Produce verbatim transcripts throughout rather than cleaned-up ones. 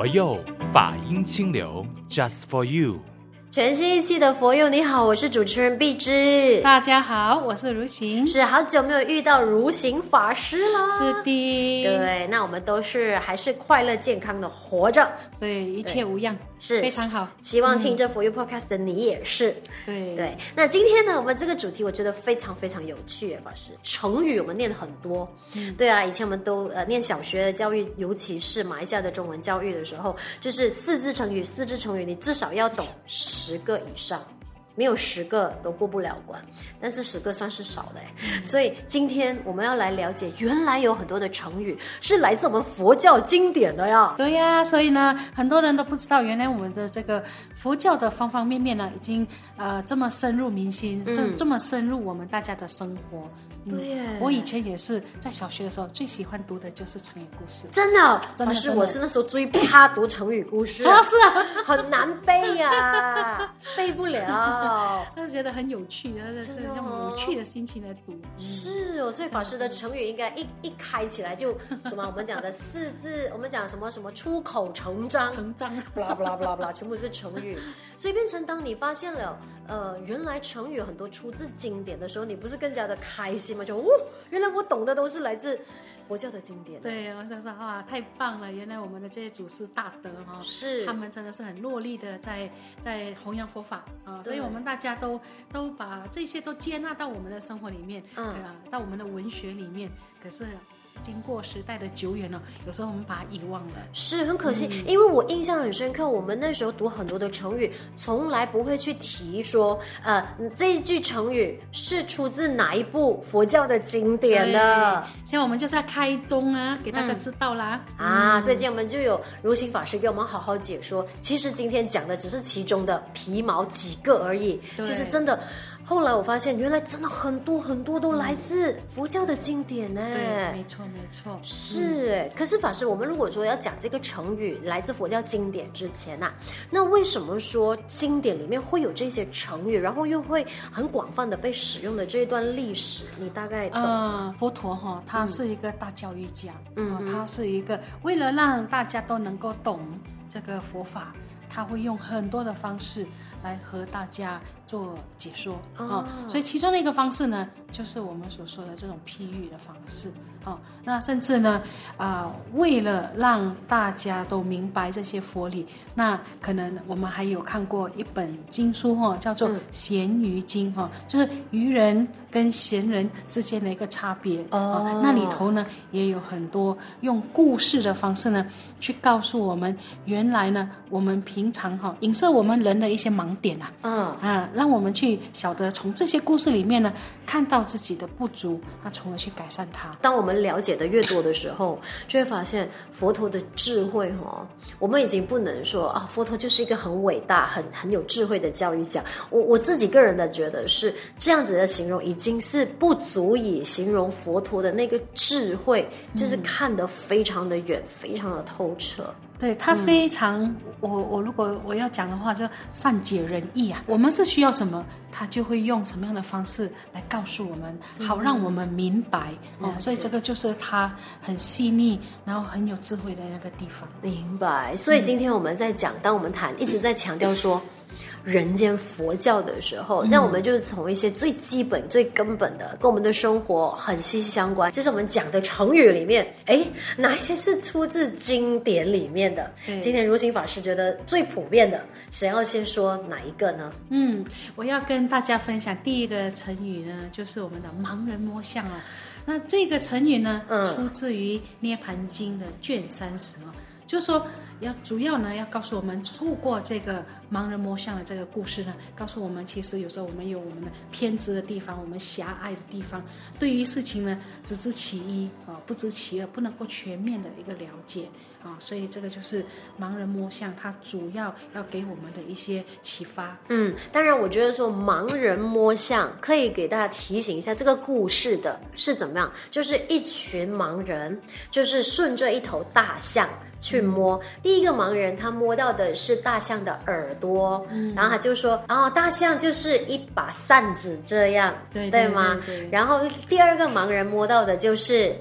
佛佑法音清流 Just for you。 全新一期的佛佑，你好，我是主持人碧芝。 大家好，我是如行。 是好久没有遇到如行法师了。 是的。 对，那我们都是还是快乐健康的活着。 对，一切无恙， 是非常好。 希望听着佛佑 Podcast 的你也是。 对对。那今天呢，我们这个主题我觉得非常非常有趣耶，法师。成语我们念很多，嗯，对啊，以前我们都呃念小学教育，尤其是马来西亚的中文教育的时候，就是四字成语，四字成语你至少要懂十个以上。没有十个都过不了关，但是十个算是少的、嗯、所以今天我们要来了解，原来有很多的成语是来自我们佛教经典的呀。 对呀，所以呢，很多人都不知道，原来我们的这个佛教的方方面面呢，已经呃这么深入民心，嗯、这么深入我们大家的生活。 对耶、 嗯，我以前也是在小学的时候最喜欢读的就是成语故事。 真的、哦， 真的， 是我是那时候最怕读成语故事啊，是啊， 很难背呀、啊，背不了。 但是觉得很有趣，是用有趣的心情来读。 是哦，所以法师的成语应该一一开起来就什么我们讲的四字，我们讲什么什么出口成章， 成章， 不啦不啦不啦不啦，全部是成语。所以变成当你发现了，呃，原来成语有很多出自经典的时候，你不是更加的开心吗？就哦，原来我懂的都是来自佛教的经典。 对，我想说哇，太棒了！原来我们的这些祖师大德哈、哦， 是他们真的是很落力的在在弘扬佛法啊、哦，所以我们大家都都把这些都接纳到我们的生活里面，嗯、啊，到我们的文学里面。可是经过时代的久远了，有时候我们把它遗忘了， 是很可惜、 嗯。 因为我印象很深刻，我们那时候读很多的成语，从来不会去提说，呃，这一句成语是出自哪一部佛教的经典的。 所以我们就是要开宗啊，给大家知道啦。 嗯、啊，所以今天我们就有如行法师给我们好好解说。其实今天讲的只是其中的皮毛几个而已。其实真的。后来我发现，原来真的很多很多都来自佛教的经典呢。 对，没错没错， 是哎。可是法师，我们如果说要讲这个成语来自佛教经典之前啊，那为什么说经典里面会有这些成语，然后又会很广泛的被使用的这一段历史？你大概懂吗？ 呃，佛陀哈、哦，他是一个大教育家，嗯、哦，他是一个为了让大家都能够懂这个佛法，他会用很多的方式来和大家做解说啊、哦哦，所以其中的一个方式呢，就是我们所说的这种譬喻的方式啊、哦。那甚至呢，啊、呃，为了让大家都明白这些佛理，那可能我们还有看过一本经书哈、哦，叫做《咸鱼经》哈、哦，就是愚人跟贤人之间的一个差别哦、哦。那里头呢，也有很多用故事的方式呢，去告诉我们，原来呢，我们平常哈、哦，影射我们人的一些盲点啊，嗯啊，让我们去晓得从这些故事里面呢，看到自己的不足，那从而去改善它。 当我们了解的越多的时候，就会发现佛陀的智慧哦，我们已经不能说啊，佛陀就是一个很伟大、很很有智慧的教育家。我我自己个人的觉得是这样子的形容，已经是不足以形容佛陀的那个智慧，就是看得非常的远，非常的透彻。 对，他非常，嗯、我我如果我要讲的话，就善解人意啊。我们是需要什么，他就会用什么样的方式来告诉我们，好让我们明白哦。所以这个就是他很细腻，然后很有智慧的那个地方。 明白。所以今天我们在讲，嗯、当我们谈一直在强调说人间佛教的时候，这样我们就是从一些最基本、最根本的，跟我们的生活很息息相关。就是我们讲的成语里面，哎，哪一些是出自经典里面的？今天如行法师觉得最普遍的，想要先说哪一个呢？ 嗯，我要跟大家分享第一个成语呢，就是我们的盲人摸象啊。那这个成语呢，嗯、出自于《涅盘经》的卷三十啊，就是说。要主要呢，要告诉我们，透过这个盲人摸象的这个故事呢，告诉我们，其实有时候我们有我们的偏执的地方，我们狭隘的地方，对于事情呢，只知其一啊，不知其二，不能够全面的一个了解啊，所以这个就是盲人摸象，它主要要给我们的一些启发。 嗯，当然，我觉得说盲人摸象可以给大家提醒一下，这个故事的是怎么样，就是一群盲人，就是顺着一头大象。去摸，第一个盲人他摸到的是大象的耳朵，嗯、然后他就说，哦，大象就是一把扇子这样， 对对吗？ 对对对， 然后第二个盲人摸到的就是啊、呃，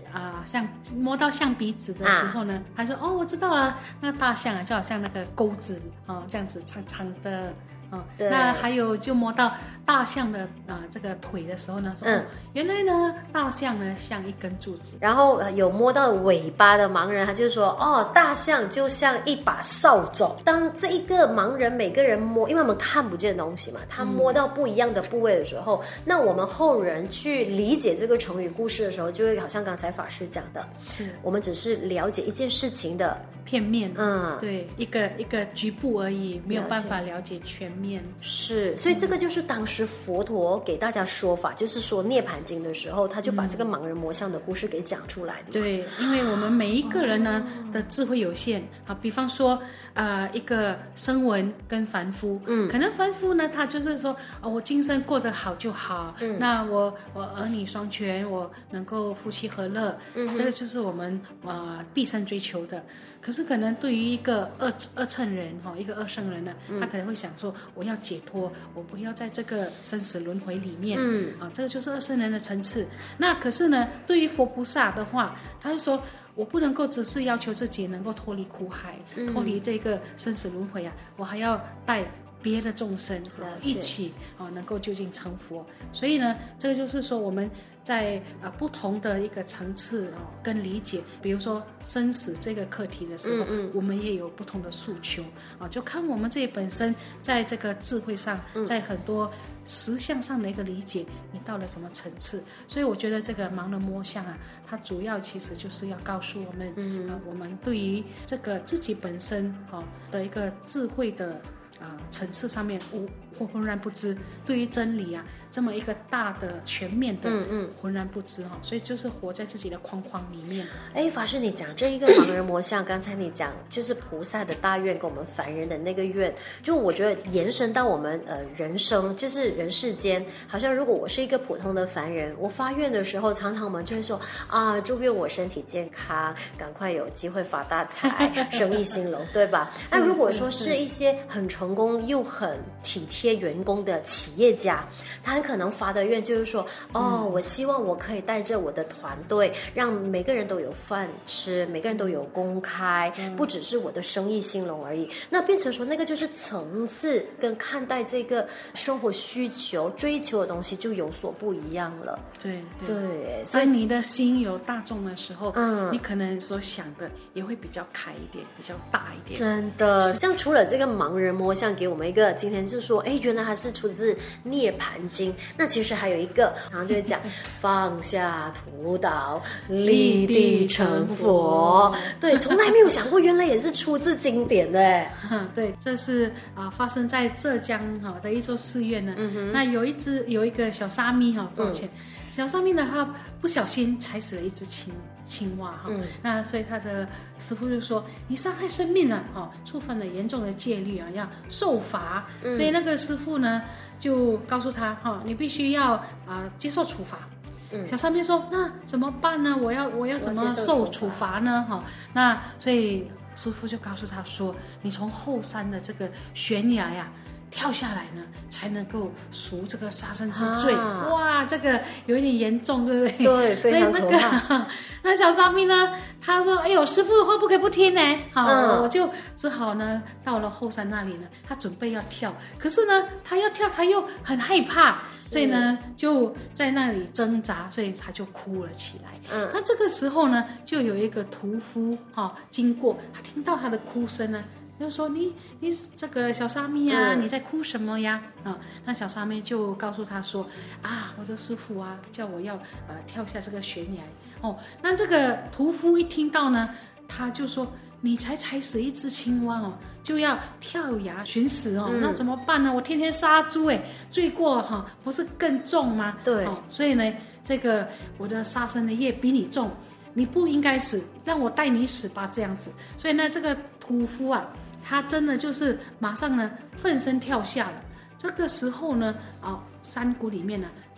啊，像摸到象鼻子的时候呢，啊、他说哦，我知道了，那大象啊，就好像那个钩子啊，这样子长长的。哦，那还有就摸到大象的啊、呃、这个腿的时候呢，说、嗯哦、原来呢大象呢像一根柱子， 然后、呃、有摸到尾巴的盲人，他就说哦，大象就像一把扫帚。当这一个盲人每个人摸，因为我们看不见东西嘛，他摸到不一样的部位的时候，嗯、那我们后人去理解这个成语故事的时候，就会好像刚才法师讲的， 是我们只是了解一件事情的片面， 嗯， 对，一个一个局部而已，没有办法了解全面。 是，所以这个就是当时佛陀给大家说法，嗯、就是说《涅槃经》的时候，他就把这个盲人摸象的故事给讲出来的。 对，因为我们每一个人呢、哦、的智慧有限，好，比方说，呃，一个声闻跟凡夫，嗯，可能凡夫呢，他就是说，哦，我今生过得好就好，嗯，那我我儿女双全，我能够夫妻和乐，嗯，这个就是我们呃毕生追求的。可是可能对于一个二二乘人哈，一个二圣人呢，嗯、他可能会想说，我要解脱，我不要在这个生死轮回里面，嗯，啊，这个就是二圣人的层次。那可是呢，对于佛菩萨的话，他就说，我不能够只是要求自己能够脱离苦海，嗯、脱离这个生死轮回啊，我还要带别的众生一起啊，能够就近成佛。所以呢，这个就是说我们在啊不同的一个层次啊跟理解，比如说生死这个课题的时候，嗯嗯我们也有不同的诉求啊，就看我们自己本身在这个智慧上，嗯、在很多实相上的一个理解，你到了什么层次？所以我觉得这个盲人摸象啊，它主要其实就是要告诉我们，嗯、啊，我们对于这个自己本身啊的一个智慧的。啊、呃，层次上面无或浑然不知，对于真理啊这么一个大的全面的，嗯嗯，浑然不知哈、哦，所以就是活在自己的框框里面。 哎，法师，你讲这一个盲人摸象，刚才你讲就是菩萨的大愿跟我们凡人的那个愿，就我觉得延伸到我们呃人生，就是人世间，好像如果我是一个普通的凡人，我发愿的时候，常常我们就会说啊，祝愿我身体健康，赶快有机会发大财，生意兴隆，对吧？那如果说是一些很成功又很体贴员工的企业家，他很可能发的愿就是说，哦，嗯、我希望我可以带着我的团队，让每个人都有饭吃，每个人都有公开，嗯、不只是我的生意兴隆而已。那变成说，那个就是层次跟看待这个生活需求、追求的东西就有所不一样了。 对对, 对，所以你的心有大众的时候，嗯，你可能所想的也会比较开一点，比较大一点。 真的，像除了这个盲人摸象给我们一个，今天就是说，哎，原来它是出自《涅槃经》。那其实还有一个，然后就会讲放下屠刀，立地成佛。对，从来没有想过，原来也是出自经典的哎。 对，这是啊、呃、发生在浙江哈的一座寺院呢。嗯、那有一只有一个小沙弥哈，抱歉。嗯小沙弥呢，他不小心踩死了一只青青蛙哈，嗯、那所以他的师父就说：“你伤害生命了，哦，触犯了严重的戒律啊，要受罚。嗯”所以那个师父呢，就告诉他：“哈、哦，你必须要啊、呃、接受处罚。”嗯、小沙弥说：“那怎么办呢？我要我要怎么受处罚呢？哈、哦，那所以师父就告诉他说：你从后山的这个悬崖呀、啊。”跳下来呢，才能够赎这个杀生之罪。啊、哇，这个有一点严重，对不对？ 对，非常可怕。 那个、那小沙弥呢，他说：“哎呦，师父的话不可以不听呢。”好，嗯、我就只好呢，到了后山那里呢，他准备要跳，可是呢，他要跳，他又很害怕，所以呢，就在那里挣扎，所以他就哭了起来。嗯，那这个时候呢，就有一个屠夫哈、哦、经过，他听到他的哭声呢。就说你你这个小沙弥啊，嗯、你在哭什么呀？啊，那小沙弥就告诉他说啊，我的师父啊，叫我要呃跳下这个悬崖。哦，那这个屠夫一听到呢，他就说你才踩死一只青蛙哦，就要跳崖寻死哦，嗯、那怎么办呢？我天天杀猪哎，罪过哈、哦，不是更重吗？ 对， 哦，所以呢，这个我的杀生的业比你重，你不应该死，让我带你死吧，这样子。所以呢，这个屠夫啊。他真的就是马上呢奋身跳下了。这个时候呢，啊、哦，山谷里面呢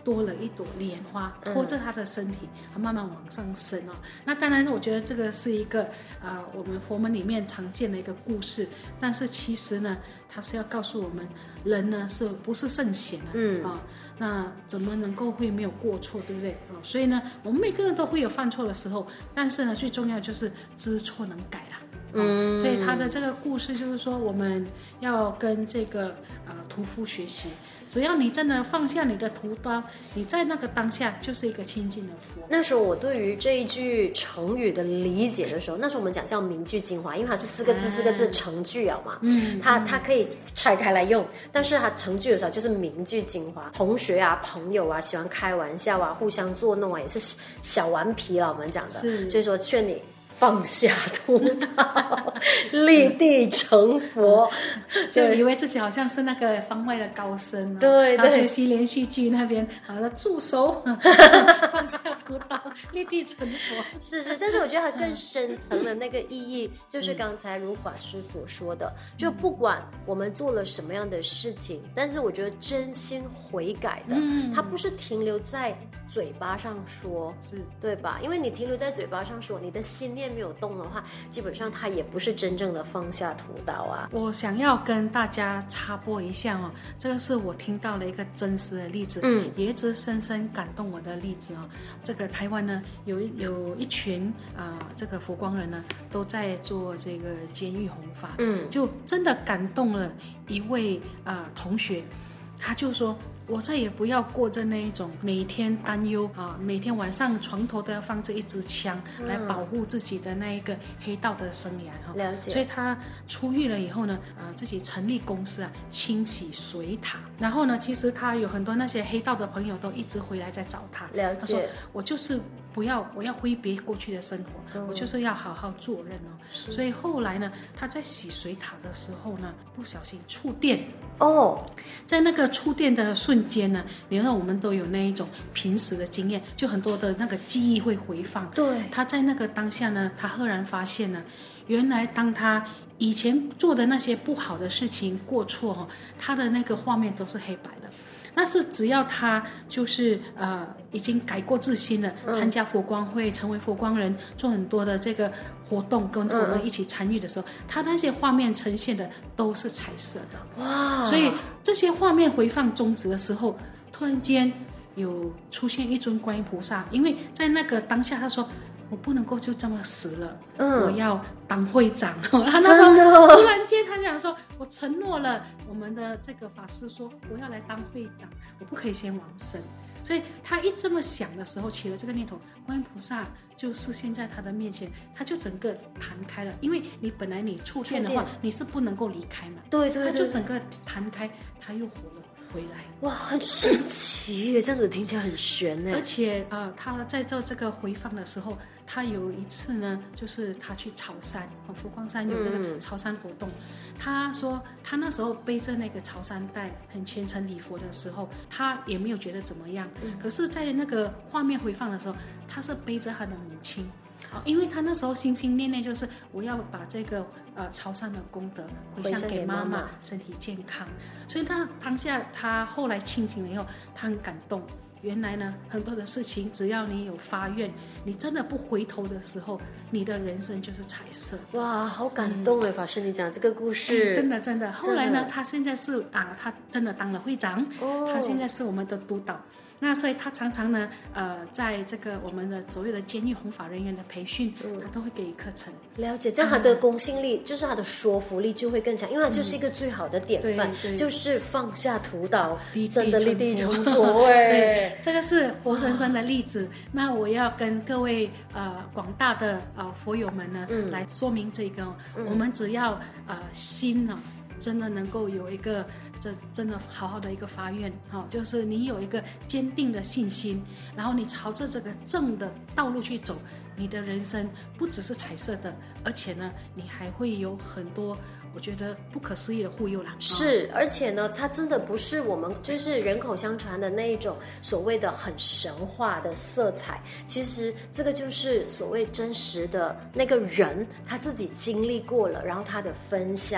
多了一朵莲花拖着他的身体，嗯、慢慢往上升哦。那当然，我觉得这个是一个啊、呃，我们佛门里面常见的一个故事。但是其实呢，它是要告诉我们，人呢是不是圣贤啊？嗯啊，那怎么能够会没有过错，对不对啊？所以呢，我们每个人都会有犯错的时候，但是呢，最重要就是知错能改啦。嗯，所以他的这个故事就是说，我们要跟这个呃屠夫学习，只要你真的放下你的屠刀，你在那个当下就是一个清净的佛。 那时候我对于这一句成语的理解的时候，那时候我们讲叫名句精华，因为它是四个字、四个字成句啊嘛，嗯，它它可以拆开来用，但是它成句的时候就是名句精华。同学啊、朋友啊，喜欢开玩笑啊，互相作弄啊，也是小顽皮啦，我们讲的，所以说劝你放下屠刀，立地成佛， 就以为自己好像是那个方外的高僧、啊， 对对， 学习连续剧那边好了，助手放下屠刀，立地成佛， 是是。但是我觉得它更深层的那个意义，就是刚才如法师所说的，嗯、就不管我们做了什么样的事情，但是我觉得真心悔改的，嗯、它不是停留在嘴巴上说， 是对吧？因为你停留在嘴巴上说，你的心念没有动的话，基本上它也不是真正的放下屠刀啊。 我想要跟大家插播一下哦，这个是我听到了一个真实的例子，嗯，也一直深深感动我的例子哦。这个台湾呢，有有一群啊、呃，这个佛光人呢，都在做这个监狱弘法，嗯，就真的感动了一位啊、呃、同学，他就说，我再也不要过着那一种每天担忧啊，每天晚上床头都要放着一支枪、嗯、来保护自己的那一个黑道的生涯哈。 了解。 所以他出狱了以后呢，啊，自己成立公司啊，清洗水塔。然后呢，其实他有很多那些黑道的朋友都一直回来在找他。 了解。 他说我就是不要，我要挥别过去的生活，嗯、我就是要好好做人哦。所以后来呢，他在洗水塔的时候呢，不小心触电。哦，在那个触电的瞬间呢，你看我们都有那一种平时的经验，就很多的那个记忆会回放。 对， 他在那个当下呢，他赫然发现呢，原来当他以前做的那些不好的事情过错，他的那个画面都是黑白的。但是只要他就是呃已经改过自新了，嗯、参加佛光会，成为佛光人，做很多的这个活动，跟着我们一起参与的时候，嗯、他那些画面呈现的都是彩色的。哇！所以这些画面回放终止的时候，突然间有出现一尊观音菩萨，因为在那个当下，他说。我不能够就这么死了，嗯、我要当会长。他那时候突然间，他想说，我承诺了我们的这个法师说，我要来当会长，我不可以先往生。所以他一这么想的时候，起了这个念头，观音菩萨就示现在他的面前，他就整个弹开了。因为你本来你触电的话，你是不能够离开嘛， 对对对， 他就整个弹开，他又活了。回来哇，很神奇耶！这样子听起来很玄呢。 而且呃，他在做这个回放的时候，他有一次呢，就是他去潮山，佛光山有这个潮山活动。嗯、他说他那时候背着那个潮山带，很虔诚礼佛的时候，他也没有觉得怎么样。嗯、可是，在那个画面回放的时候，他是背着他的母亲。因为他那时候心心念念就是我要把这个呃潮汕的功德回向给妈妈，身体健康。所以他当下他后来清醒了以后，他很感动。原来呢，很多的事情只要你有发愿，你真的不回头的时候，你的人生就是彩色。 哇，好感动哎！嗯、法师，你讲这个故事， 真的真的。后来呢，他现在是啊，他真的当了会长，哦、他现在是我们的督导。那所以他常常呢，呃，在这个我们的所谓的监狱弘法人员的培训，嗯、他都会给课程。 了解，这样他的公信力，嗯、就是他的说服力就会更强，因为他就是一个最好的典范，嗯、就是放下屠刀，真的立地成佛哎。 对，这个是活生生的例子。那我要跟各位呃广大的呃佛友们呢，嗯、来说明这个，嗯、我们只要呃心呢，真的能够有一个。这真的好好的一个发愿，哦，就是你有一个坚定的信心，然后你朝着这个正的道路去走，你的人生不只是彩色的，而且呢，你还会有很多我觉得不可思议的护佑啦。 是，而且呢，它真的不是我们就是人口相传的那一种所谓的很神话的色彩，其实这个就是所谓真实的那个人他自己经历过了，然后他的分享。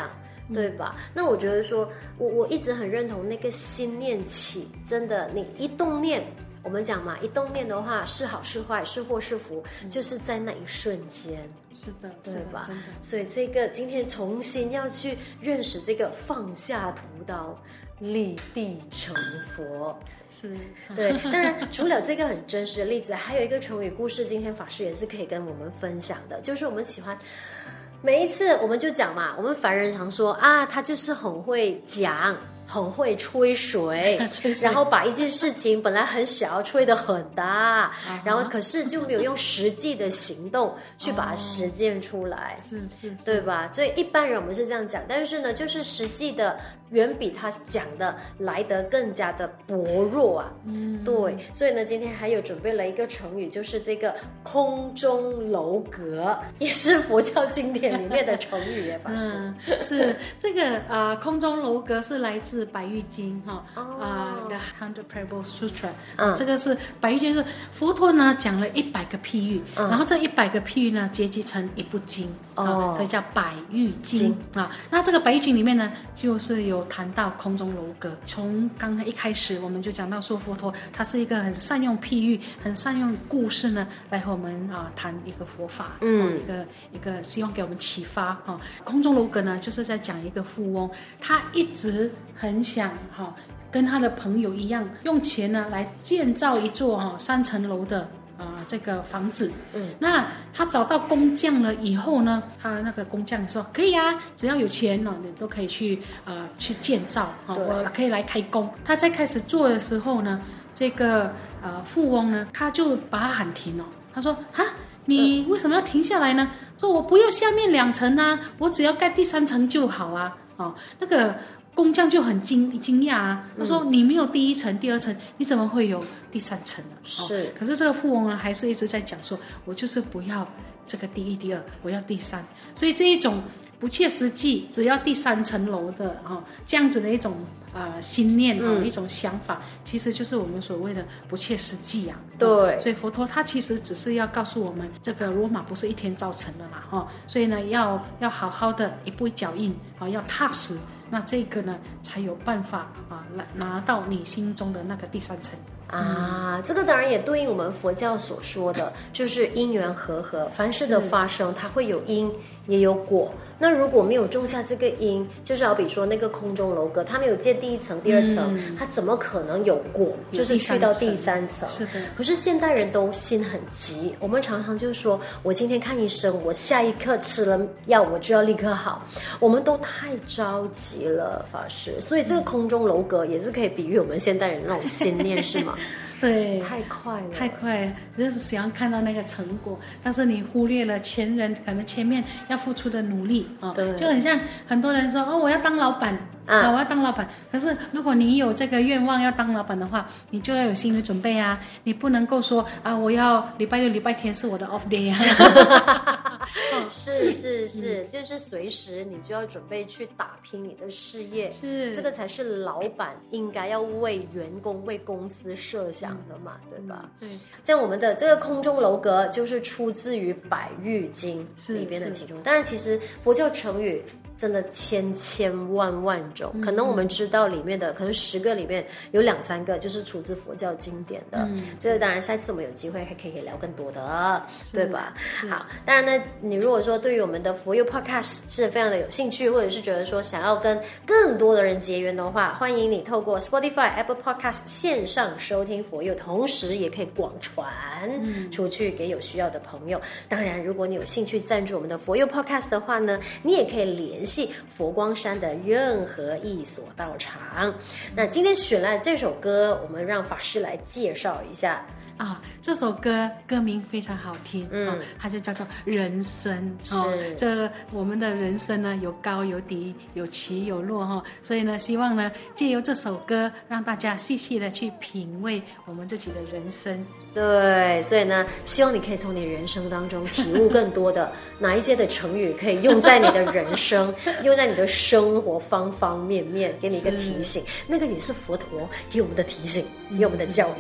对吧？嗯、那我觉得说，我我一直很认同那个心念起，真的，你一动念。我们讲嘛，一动念的话，是好是坏，是祸是福，嗯、就是在那一瞬间。 是的， 对吧？ 真的。 所以这个今天重新要去认识这个放下屠刀，立地成佛。 是， 对。当然，除了这个很真实的例子，还有一个成语故事，今天法师也是可以跟我们分享的，就是我们喜欢。每一次我们就讲嘛，我们凡人常说啊，他就是很会讲。很会吹水，吹水然后把一件事情本来很小吹得很大， uh-huh. 然后可是就没有用实际的行动去把它实践出来， 是是是， 对吧？所以一般人我们是这样讲，但是呢，就是实际的远比他讲的来得更加的薄弱啊。嗯，对，所以呢，今天还有准备了一个成语，就是这个空中楼阁，也是佛教经典里面的成语耶，法师。 嗯，是这个呃，空中楼阁是来自百喻经哈啊、oh. uh, ，The Hundred Parable Sutra，、嗯、这个是百喻经，是佛陀呢讲了一百个譬喻，嗯、然后这一百个譬喻呢结集成一部经，哦、啊，所以叫百喻经啊。那这个百喻经里面呢，就是有谈到空中楼阁。从刚才一开始我们就讲到说，佛陀他是一个很善用譬喻、很善用故事呢，来和我们啊谈一个佛法，嗯，啊、一个一个希望给我们启发啊。空中楼阁呢，就是在讲一个富翁，他一直很想哈、哦，跟他的朋友一样，用钱呢来建造一座哈、哦、三层楼的啊、呃、这个房子。嗯，那他找到工匠了以后呢，他那个工匠说可以啊，只要有钱哦，你都可以去呃去建造啊、哦，我可以来开工。他在开始做的时候呢，这个呃富翁呢，他就把他喊停了，他说啊，你为什么要停下来呢？说我不要下面两层啊，我只要盖第三层就好啊。哦，那个工匠就很惊惊讶啊，他说：“你没有第一层、第二层，你怎么会有第三层呢？” 是、哦， 可是这个富翁呢，还是一直在讲说：“我就是不要这个第一、第二，我要第三。”所以这一种不切实际，只要第三层楼的啊、哦，这样子的一种啊、呃、心念啊、哦嗯，一种想法，其实就是我们所谓的不切实际啊。 对、 哦，所以佛陀他其实只是要告诉我们，这个罗马不是一天造成的嘛，哈、哦，所以呢，要要好好的一步一脚印啊、哦，要踏实。那这个呢，才有办法啊，来拿到你心中的那个第三层啊。这个当然也对应我们佛教所说的，就是因缘和合，凡事的发生，它会有因也有果。那如果没有种下这个因，就是好比说那个空中楼阁，它没有建第一层、第二层，嗯、它怎么可能有果？就是去到第三层。 是的。 可是现代人都心很急，我们常常就说，我今天看医生，我下一刻吃了药，我就要立刻好。我们都太着急了，法师。所以这个空中楼阁也是可以比喻我们现代人的那种心念，是吗？ 对， 太快了， 太快了，就是想要看到那个成果，但是你忽略了前人可能前面要付出的努力啊、哦，就很像很多人说哦，我要当老板啊、哦，我要当老板。可是如果你有这个愿望要当老板的话，你就要有心理准备啊，你不能够说啊，我要礼拜六、礼拜天是我的 off day 啊。 哦、是是是、嗯，就是随时你就要准备去打拼你的事业， 是这个才是老板应该要为员工、为公司设想的嘛，嗯、对吧？ 对， 这样我们的这个空中楼阁就是出自于《百喻经》里边的其中。当然，其实佛教成语真的千千万万种、嗯，可能我们知道里面的可能十个里面有两三个就是出自佛教经典的。嗯、这个当然，下一次我们有机会还可以可以聊更多的，对吧？好，当然呢，你如果说对于我们的佛佑 Podcast 是非常的有兴趣，或者是觉得说想要跟更多的人结缘的话，欢迎你透过 Spotify、Apple Podcast 线上收听佛佑，同时也可以广传出去给有需要的朋友。嗯、当然，如果你有兴趣赞助我们的佛佑 Podcast 的话呢，你也可以联系佛光山的任何一所道场。那今天选来这首歌，我们让法师来介绍一下。 啊，这首歌歌名非常好听，嗯、哦，它就叫做《人生》哦。这我们的人生呢，有高有低，有起有落哈、哦，所以呢，希望呢，借由这首歌，让大家细细的去品味我们自己的人生。 对，所以呢，希望你可以从你人生当中体悟更多的哪一些的成语可以用在你的人生，用在你的生活方方面面，给你一个提醒。那个也是佛陀给我们的提醒，给我们的教育。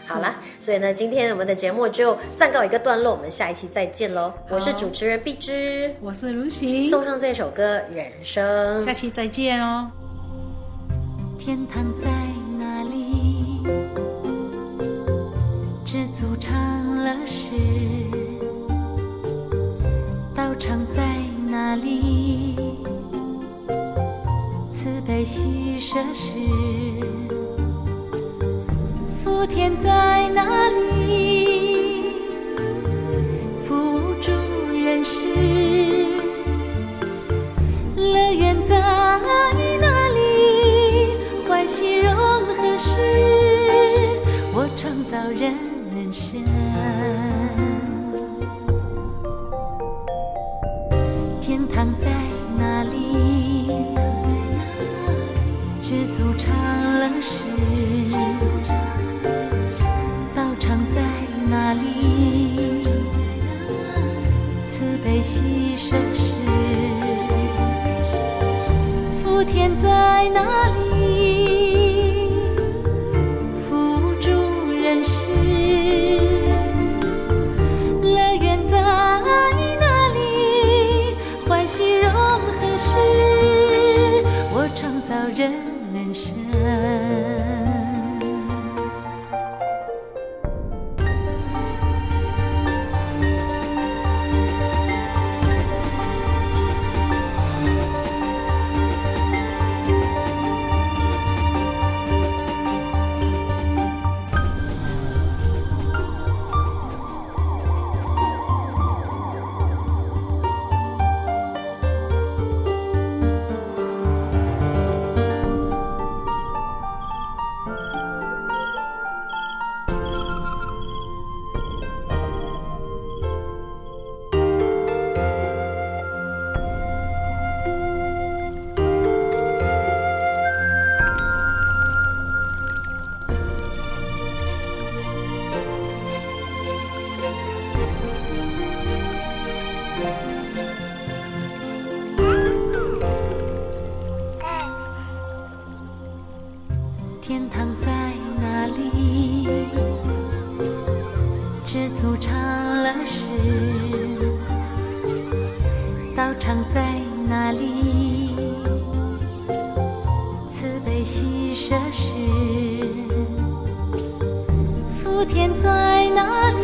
好啦，所以呢，今天我们的节目就暂告一个段落，我们下一期再见喽。我是主持人碧芝， 我是如行， 送上这首歌《人生》， 下期再见哦。 天堂在哪里？知足常乐时。道场在哪里？慈悲喜舍时。福田在哪里？服务助人时。乐园在哪里？欢喜融合时。我创造人生。天堂在哪里？知足常乐时。道场在哪里？慈悲喜舍时。福田在哪里？服务助人时。乐园在哪里？欢喜融合时。我创造人生。天堂在哪里？知足常乐时。道场在哪里？慈悲喜舍时。福田在哪里？